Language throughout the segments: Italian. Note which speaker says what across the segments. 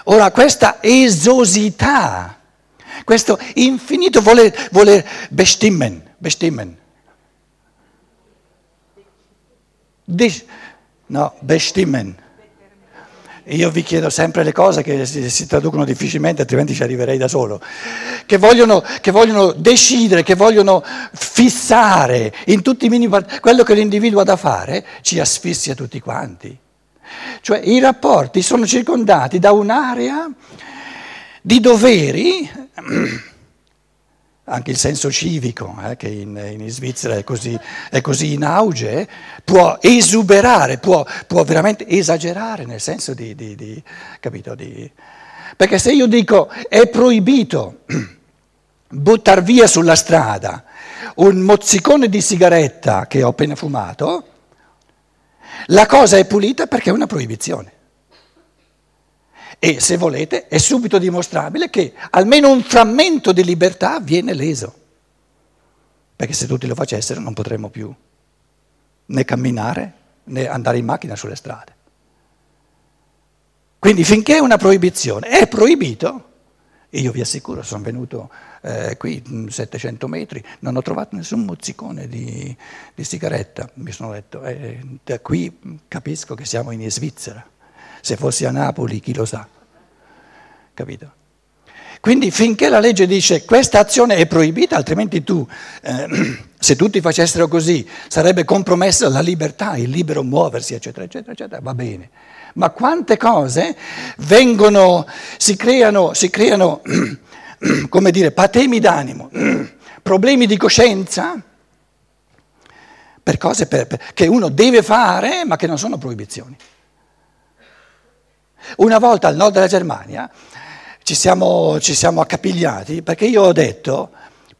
Speaker 1: Ora, questa esosità, questo infinito voler bestimmen. Bestimmen. Io vi chiedo sempre le cose che si traducono difficilmente, altrimenti ci arriverei da solo. Che vogliono decidere, che vogliono fissare in tutti i minimi quello che l'individuo ha da fare, ci asfissia tutti quanti. Cioè i rapporti sono circondati da un'area di doveri, anche il senso civico, che in Svizzera è così in auge, può esuberare, può veramente esagerare nel senso capito? Perché se io dico è proibito buttar via sulla strada un mozzicone di sigaretta che ho appena fumato, la cosa è pulita perché è una proibizione. E se volete è subito dimostrabile che almeno un frammento di libertà viene leso. Perché se tutti lo facessero non potremmo più né camminare né andare in macchina sulle strade. Quindi finché una proibizione è proibito, e io vi assicuro, sono venuto qui 700 metri, non ho trovato nessun mozzicone di sigaretta, mi sono detto, da qui capisco che siamo in Svizzera. Se fossi a Napoli, chi lo sa, capito? Quindi finché la legge dice questa azione è proibita, altrimenti se tutti facessero così, sarebbe compromessa la libertà, il libero muoversi, eccetera, eccetera, eccetera, va bene. Ma quante cose si creano, come dire, patemi d'animo, problemi di coscienza, per cose che uno deve fare, ma che non sono proibizioni. Una volta al nord della Germania ci siamo accapigliati perché io ho detto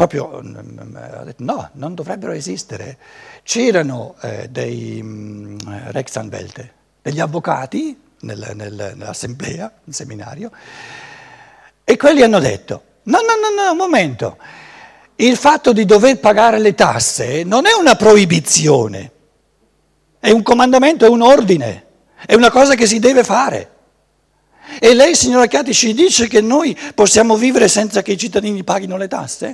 Speaker 1: no, non dovrebbero esistere. C'erano dei Rechtsanwälte, degli avvocati nell'assemblea, nel seminario, e quelli hanno detto no, un momento, il fatto di dover pagare le tasse non è una proibizione, è un comandamento, è un ordine, è una cosa che si deve fare. E lei, signora Chiati, ci dice che noi possiamo vivere senza che i cittadini paghino le tasse?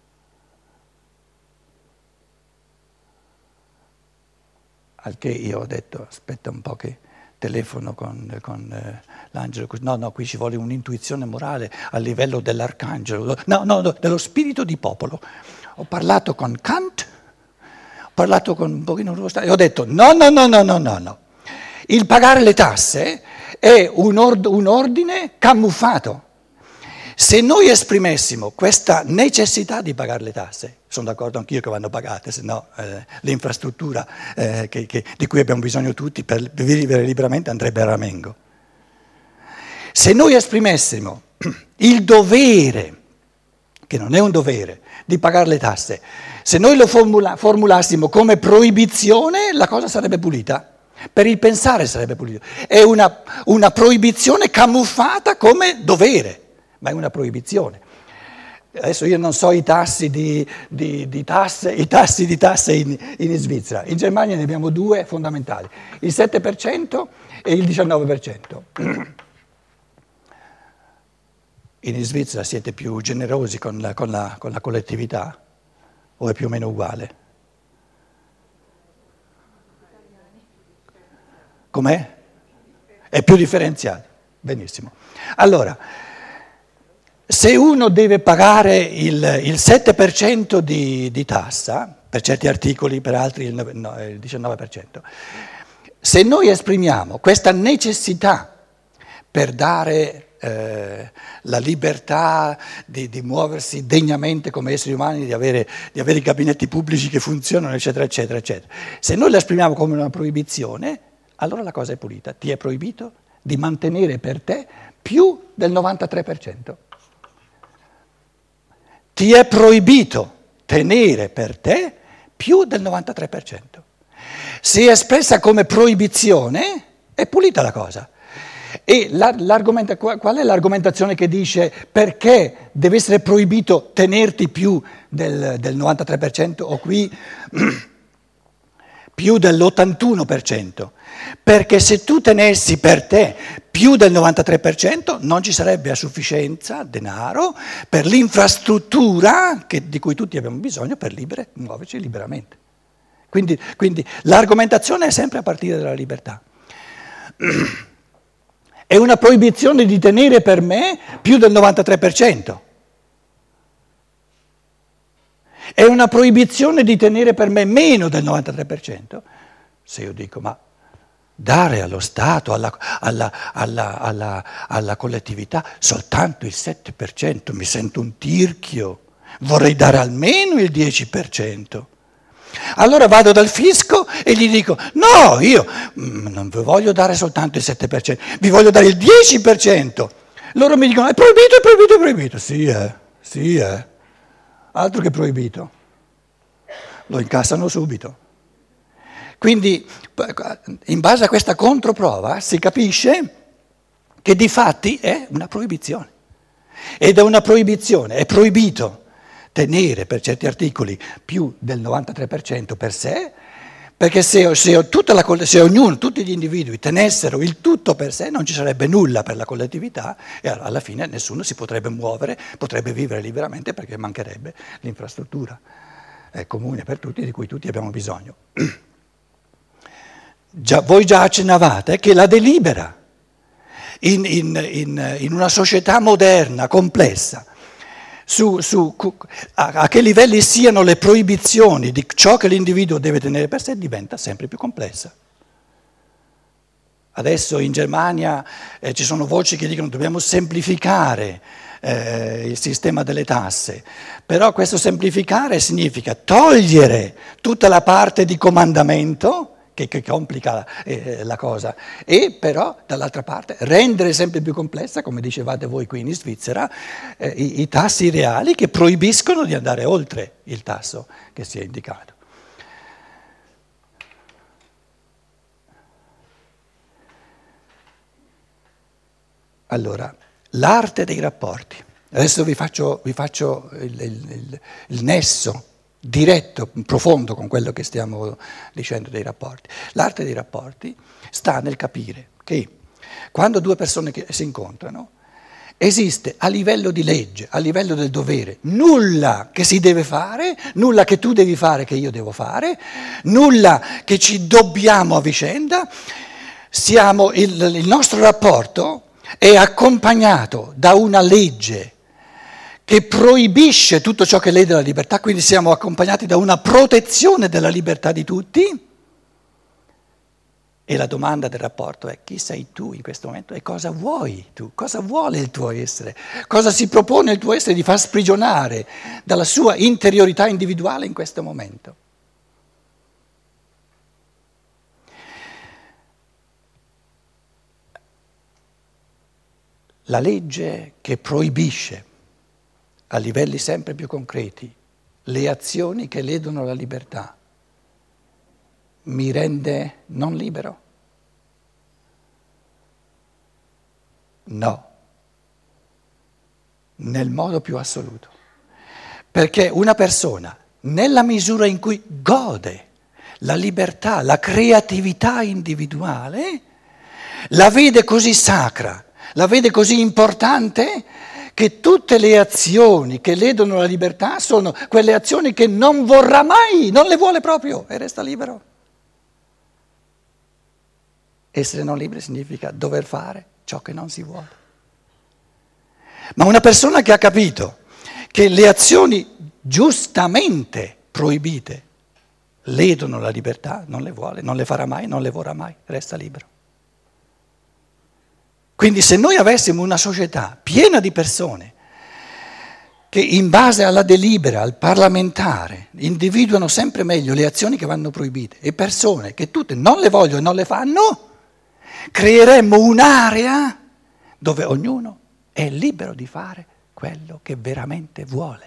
Speaker 1: Al che io ho detto, aspetta un po' che telefono con l'angelo, no, qui ci vuole un'intuizione morale a livello dell'arcangelo, no, dello spirito di popolo. Ho parlato con Kant, ho parlato con un pochino Rosta e ho detto no. Il pagare le tasse è un ordine camuffato. Se noi esprimessimo questa necessità di pagare le tasse, sono d'accordo anch'io che vanno pagate, se no l'infrastruttura di cui abbiamo bisogno tutti per vivere liberamente andrebbe a ramengo. Se noi esprimessimo il dovere, che non è un dovere, di pagare le tasse, se noi lo formulassimo come proibizione, la cosa sarebbe pulita. Per il pensare sarebbe pulito. È una proibizione camuffata come dovere, ma è una proibizione. Adesso io non so i tassi di tasse in Svizzera. In Germania ne abbiamo due fondamentali, il 7% e il 19%. In Svizzera siete più generosi con la collettività o è più o meno uguale? Com'è? È più differenziato. Benissimo. Allora, se uno deve pagare il 7% di tassa, per certi articoli, per altri il 19%, se noi esprimiamo questa necessità per dare la libertà di muoversi degnamente come esseri umani, di avere i gabinetti pubblici che funzionano, eccetera, eccetera, eccetera, se noi la esprimiamo come una proibizione, allora la cosa è pulita. Ti è proibito di mantenere per te più del 93%. Ti è proibito tenere per te più del 93%. Se è espressa come proibizione, è pulita la cosa. E qual è l'argomentazione che dice perché deve essere proibito tenerti più del 93% o qui? più dell'81%, perché se tu tenessi per te più del 93% non ci sarebbe a sufficienza denaro per l'infrastruttura di cui tutti abbiamo bisogno per muoverci liberamente. Quindi l'argomentazione è sempre a partire dalla libertà. È una proibizione di tenere per me più del 93%. È una proibizione di tenere per me meno del 93%. Se io dico, ma dare allo Stato, alla collettività soltanto il 7%, mi sento un tirchio, vorrei dare almeno il 10%. Allora vado dal fisco e gli dico, no, io non vi voglio dare soltanto il 7%, vi voglio dare il 10%. Loro mi dicono, è proibito, è proibito, è proibito. Sì, altro che proibito. Lo incassano subito. Quindi, in base a questa controprova, si capisce che di fatti è una proibizione. Ed è una proibizione, è proibito tenere per certi articoli più del 93% per sé, perché se ognuno, tutti gli individui tenessero il tutto per sé non ci sarebbe nulla per la collettività e alla fine nessuno si potrebbe muovere, potrebbe vivere liberamente perché mancherebbe l'infrastruttura comune per tutti di cui tutti abbiamo bisogno. Voi già accennavate che la delibera in una società moderna, complessa, a che livelli siano le proibizioni di ciò che l'individuo deve tenere per sé diventa sempre più complessa. Adesso in Germania ci sono voci che dicono che dobbiamo semplificare il sistema delle tasse, però questo semplificare significa togliere tutta la parte di comandamento che complica la cosa e però dall'altra parte rendere sempre più complessa, come dicevate voi qui in Svizzera, i tassi reali che proibiscono di andare oltre il tasso che si è indicato. Allora, l'arte dei rapporti. Adesso vi faccio il nesso diretto, profondo con quello che stiamo dicendo dei rapporti. L'arte dei rapporti sta nel capire che quando due persone che si incontrano esiste a livello di legge, a livello del dovere, nulla che si deve fare, nulla che tu devi fare che io devo fare, nulla che ci dobbiamo a vicenda. Il nostro rapporto è accompagnato da una legge che proibisce tutto ciò che lede la libertà, quindi siamo accompagnati da una protezione della libertà di tutti. E la domanda del rapporto è: chi sei tu in questo momento e cosa vuoi tu? Cosa vuole il tuo essere? Cosa si propone il tuo essere di far sprigionare dalla sua interiorità individuale in questo momento? La legge che proibisce a livelli sempre più concreti le azioni che ledono la libertà mi rende non libero? No, nel modo più assoluto. Perché una persona, nella misura in cui gode la libertà, la creatività individuale, la vede così sacra, la vede così importante, che tutte le azioni che ledono la libertà sono quelle azioni che non vorrà mai, non le vuole proprio e resta libero. Essere non liberi significa dover fare ciò che non si vuole. Ma una persona che ha capito che le azioni giustamente proibite ledono la libertà, non le vuole, non le farà mai, non le vorrà mai, resta libero. Quindi se noi avessimo una società piena di persone che in base alla delibera, al parlamentare, individuano sempre meglio le azioni che vanno proibite e persone che tutte non le vogliono e non le fanno, creeremmo un'area dove ognuno è libero di fare quello che veramente vuole.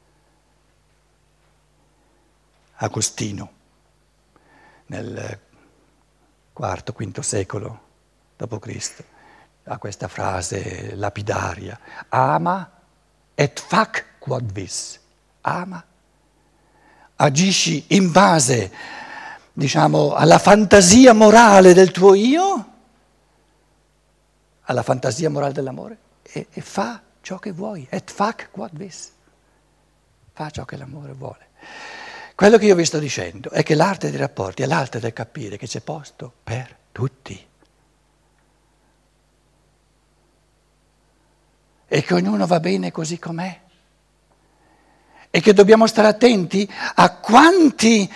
Speaker 1: Agostino, nel IV-V secolo d.C., ha questa frase lapidaria: ama et fac quod vis. Ama, agisci in base diciamo, alla fantasia morale del tuo io, alla fantasia morale dell'amore, e fa ciò che vuoi, et fac quod vis, fa ciò che l'amore vuole. Quello che io vi sto dicendo è che l'arte dei rapporti è l'arte del capire che c'è posto per tutti e che ognuno va bene così com'è e che dobbiamo stare attenti a quanti,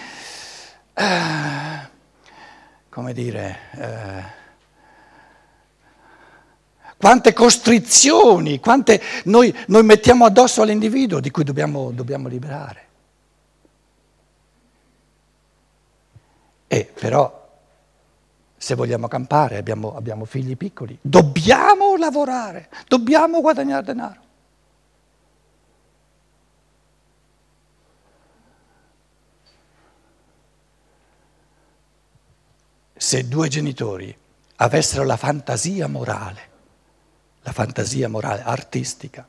Speaker 1: quante costrizioni, quante noi mettiamo addosso all'individuo di cui dobbiamo liberare. E però, se vogliamo campare, abbiamo figli piccoli, dobbiamo lavorare, dobbiamo guadagnare denaro. Se due genitori avessero la fantasia morale artistica,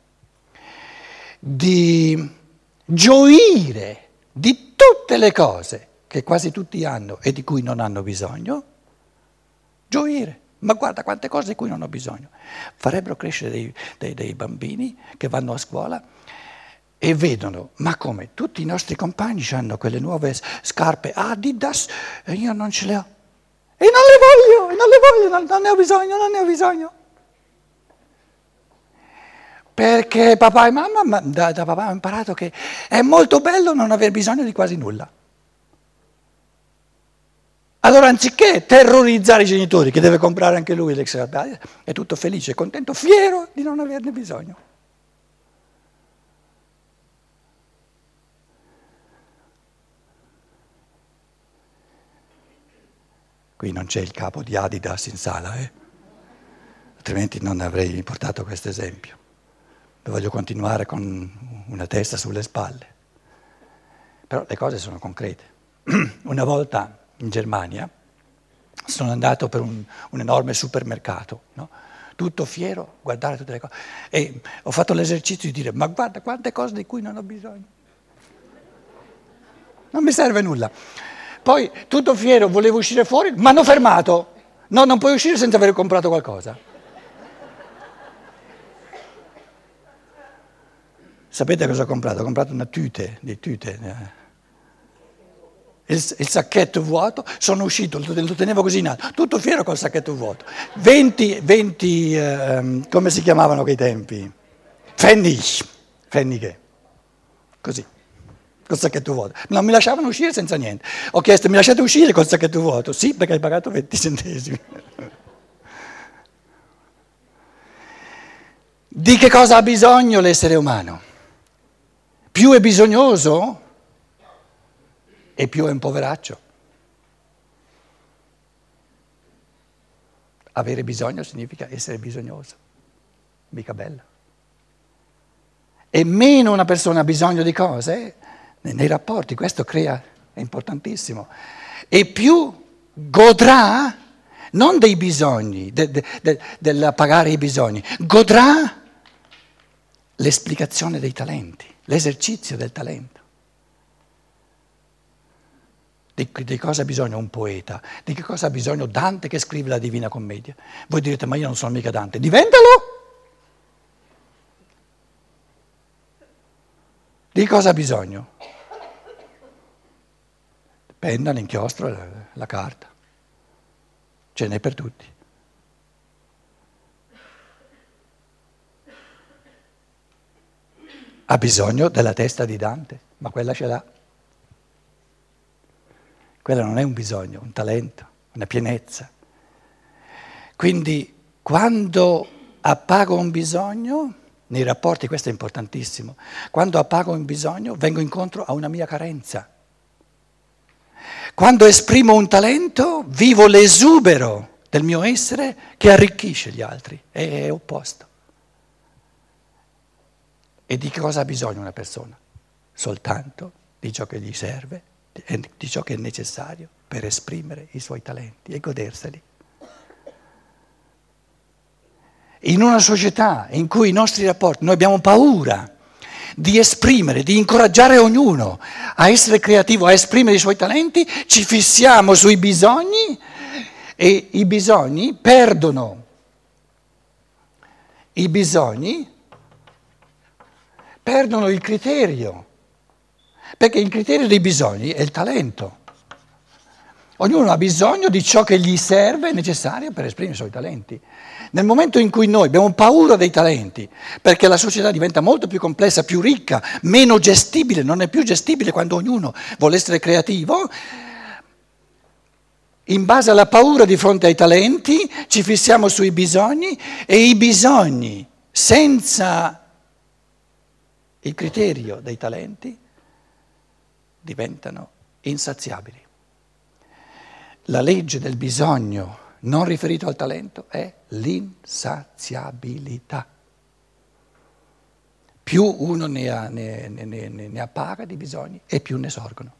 Speaker 1: di gioire di tutte le cose che quasi tutti hanno e di cui non hanno bisogno, gioire, ma guarda quante cose di cui non ho bisogno, farebbero crescere dei bambini che vanno a scuola e vedono, ma come, tutti i nostri compagni hanno quelle nuove scarpe Adidas e io non ce le ho. E non le voglio, non ne ho bisogno. Perché papà e mamma, da papà ho imparato che è molto bello non aver bisogno di quasi nulla. Allora anziché terrorizzare i genitori che deve comprare anche lui le scarpe, è tutto felice, contento, fiero di non averne bisogno. Qui non c'è il capo di Adidas in sala, altrimenti non avrei portato questo esempio. Voglio continuare con una testa sulle spalle. Però le cose sono concrete. Una volta in Germania sono andato per un enorme supermercato, no? Tutto fiero, guardare tutte le cose. E ho fatto l'esercizio di dire, ma guarda quante cose di cui non ho bisogno. Non mi serve nulla. Poi, tutto fiero, volevo uscire fuori, mi hanno fermato. No, non puoi uscire senza aver comprato qualcosa. Sapete cosa ho comprato? Ho comprato una tute, di tute. Il sacchetto vuoto, sono uscito, lo tenevo così in alto, tutto fiero col sacchetto vuoto. 20 come si chiamavano quei tempi? Pfennige, così, col sacchetto vuoto. Non mi lasciavano uscire senza niente. Ho chiesto, mi lasciate uscire col sacchetto vuoto? Sì, perché hai pagato 20 centesimi. Di che cosa ha bisogno l'essere umano? Più è bisognoso e più è un poveraccio. Avere bisogno significa essere bisognoso, mica bello. E meno una persona ha bisogno di cose nei rapporti, questo è importantissimo. E più godrà, non dei bisogni, del pagare i bisogni, godrà l'esplicazione dei talenti, l'esercizio del talento. Di cosa ha bisogno un poeta? Di che cosa ha bisogno Dante che scrive la Divina Commedia? Voi direte, ma io non sono mica Dante. Diventalo! Di cosa ha bisogno? Penna, l'inchiostro, la carta. Ce n'è per tutti. Ha bisogno della testa di Dante, ma quella ce l'ha. Quello non è un bisogno, un talento, una pienezza. Quindi quando appago un bisogno, nei rapporti questo è importantissimo, quando appago un bisogno vengo incontro a una mia carenza. Quando esprimo un talento vivo l'esubero del mio essere che arricchisce gli altri, è opposto. E di cosa ha bisogno una persona? Soltanto di ciò che gli serve, di ciò che è necessario per esprimere i suoi talenti e goderseli. In una società in cui i nostri rapporti, noi abbiamo paura di esprimere, di incoraggiare ognuno a essere creativo, a esprimere i suoi talenti, ci fissiamo sui bisogni e i bisogni perdono. I bisogni perdono il criterio, perché il criterio dei bisogni è il talento. Ognuno ha bisogno di ciò che gli serve e necessario per esprimere i suoi talenti. Nel momento in cui noi abbiamo paura dei talenti, perché la società diventa molto più complessa, più ricca, meno gestibile, non è più gestibile quando ognuno vuole essere creativo, in base alla paura di fronte ai talenti ci fissiamo sui bisogni e i bisogni senza il criterio dei talenti diventano insaziabili. La legge del bisogno non riferito al talento è l'insaziabilità. Più uno ne appaga di bisogni e più ne sorgono.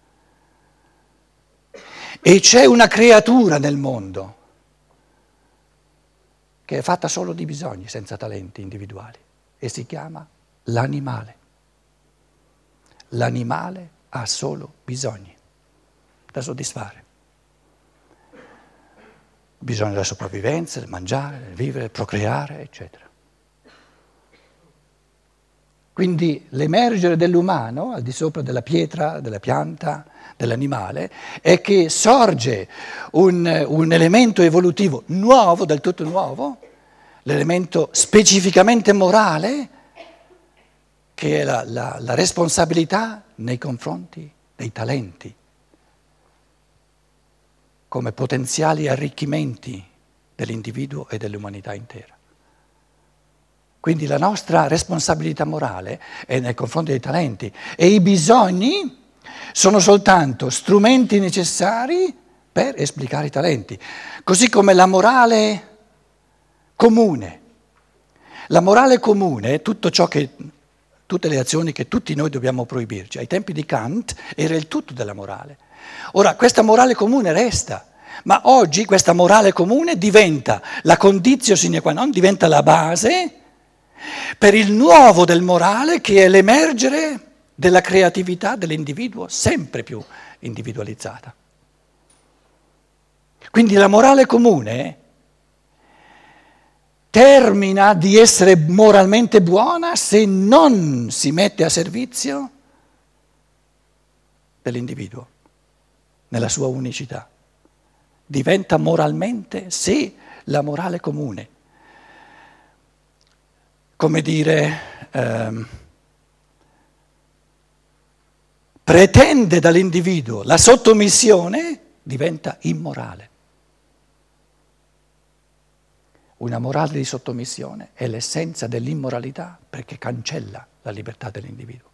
Speaker 1: E c'è una creatura nel mondo che è fatta solo di bisogni, senza talenti individuali, e si chiama l'animale. L'animale ha solo bisogni da soddisfare. Bisogno della sopravvivenza, del mangiare, del vivere, procreare, eccetera. Quindi l'emergere dell'umano, al di sopra della pietra, della pianta, dell'animale, è che sorge un elemento evolutivo nuovo, del tutto nuovo, l'elemento specificamente morale, che è la responsabilità nei confronti dei talenti, come potenziali arricchimenti dell'individuo e dell'umanità intera. Quindi la nostra responsabilità morale è nei confronti dei talenti e i bisogni sono soltanto strumenti necessari per esplicare i talenti, così come la morale comune. La morale comune è tutto ciò che, tutte le azioni che tutti noi dobbiamo proibirci. Ai tempi di Kant era il tutto della morale. Ora, questa morale comune resta, ma oggi questa morale comune diventa la conditio sine qua non, diventa la base per il nuovo del morale che è l'emergere della creatività dell'individuo sempre più individualizzata. Quindi la morale comune termina di essere moralmente buona se non si mette a servizio dell'individuo, nella sua unicità. Diventa moralmente se la morale comune, come dire, pretende dall'individuo la sottomissione, diventa immorale. Una morale di sottomissione è l'essenza dell'immoralità perché cancella la libertà dell'individuo.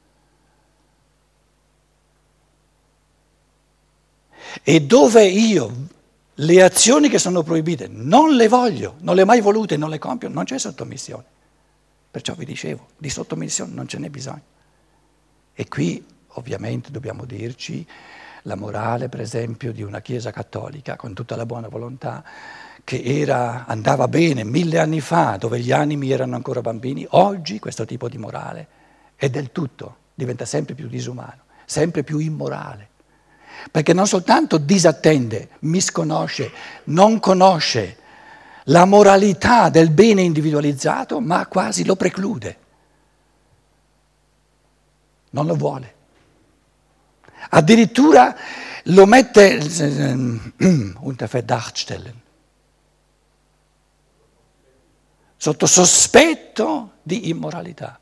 Speaker 1: E dove io le azioni che sono proibite non le voglio, non le ho mai volute, non le compio, non c'è sottomissione. Perciò vi dicevo, di sottomissione non ce n'è bisogno. E qui ovviamente dobbiamo dirci la morale, per esempio, di una Chiesa cattolica, con tutta la buona volontà, che andava bene 1000 anni fa, dove gli animi erano ancora bambini. Oggi questo tipo di morale è del tutto, diventa sempre più disumano, sempre più immorale. Perché non soltanto disattende, misconosce, non conosce la moralità del bene individualizzato, ma quasi lo preclude. Non lo vuole. Addirittura lo mette unter Verdacht stellen, sotto sospetto di immoralità.